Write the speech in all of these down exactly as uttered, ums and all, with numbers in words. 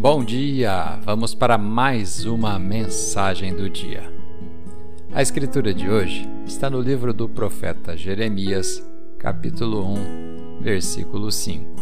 Bom dia! Vamos para mais uma mensagem do dia. A escritura de hoje está no livro do profeta Jeremias, capítulo um, versículo cinco.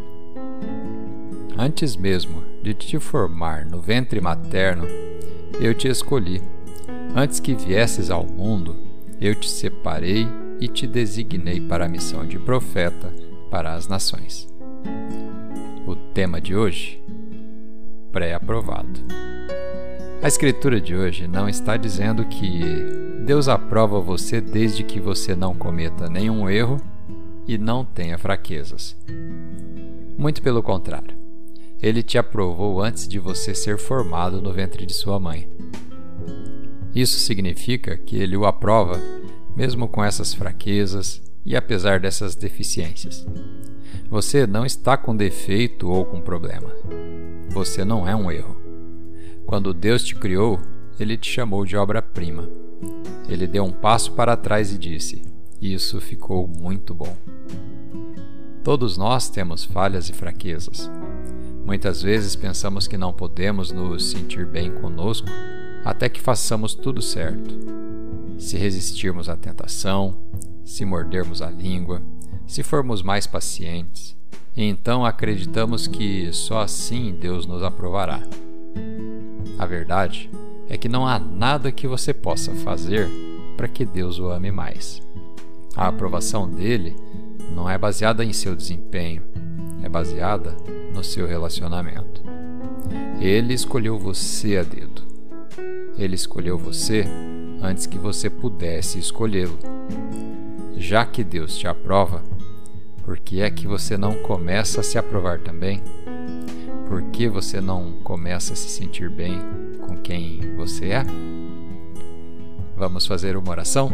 Antes mesmo de te formar no ventre materno, eu te escolhi. Antes que viesses ao mundo, eu te separei e te designei para a missão de profeta para as nações. O tema de hoje: pré-aprovado. A escritura de hoje não está dizendo que Deus aprova você desde que você não cometa nenhum erro e não tenha fraquezas. Muito pelo contrário, Ele te aprovou antes de você ser formado no ventre de sua mãe. Isso significa que Ele o aprova mesmo com essas fraquezas e apesar dessas deficiências. Você não está com defeito ou com problema. Você não é um erro. Quando Deus te criou, Ele te chamou de obra-prima. Ele deu um passo para trás e disse: "Isso ficou muito bom." Todos nós temos falhas e fraquezas. Muitas vezes pensamos que não podemos nos sentir bem conosco até que façamos tudo certo. Se resistirmos à tentação, se mordermos a língua, se formos mais pacientes, e então acreditamos que só assim Deus nos aprovará. A verdade é que não há nada que você possa fazer para que Deus o ame mais. A aprovação dele não é baseada em seu desempenho, é baseada no seu relacionamento. Ele escolheu você a dedo. Ele escolheu você antes que você pudesse escolhê-lo. Já que Deus te aprova, por que é que você não começa a se aprovar também? Por que você não começa a se sentir bem com quem você é? Vamos fazer uma oração?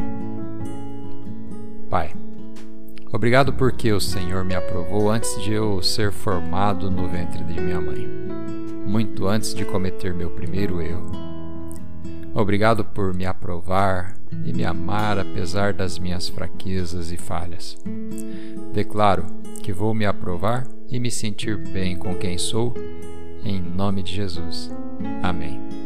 Pai, obrigado porque o Senhor me aprovou antes de eu ser formado no ventre de minha mãe, muito antes de cometer meu primeiro erro. Obrigado por me aprovar e me amar apesar das minhas fraquezas e falhas. Declaro que vou me aprovar e me sentir bem com quem sou, em nome de Jesus. Amém.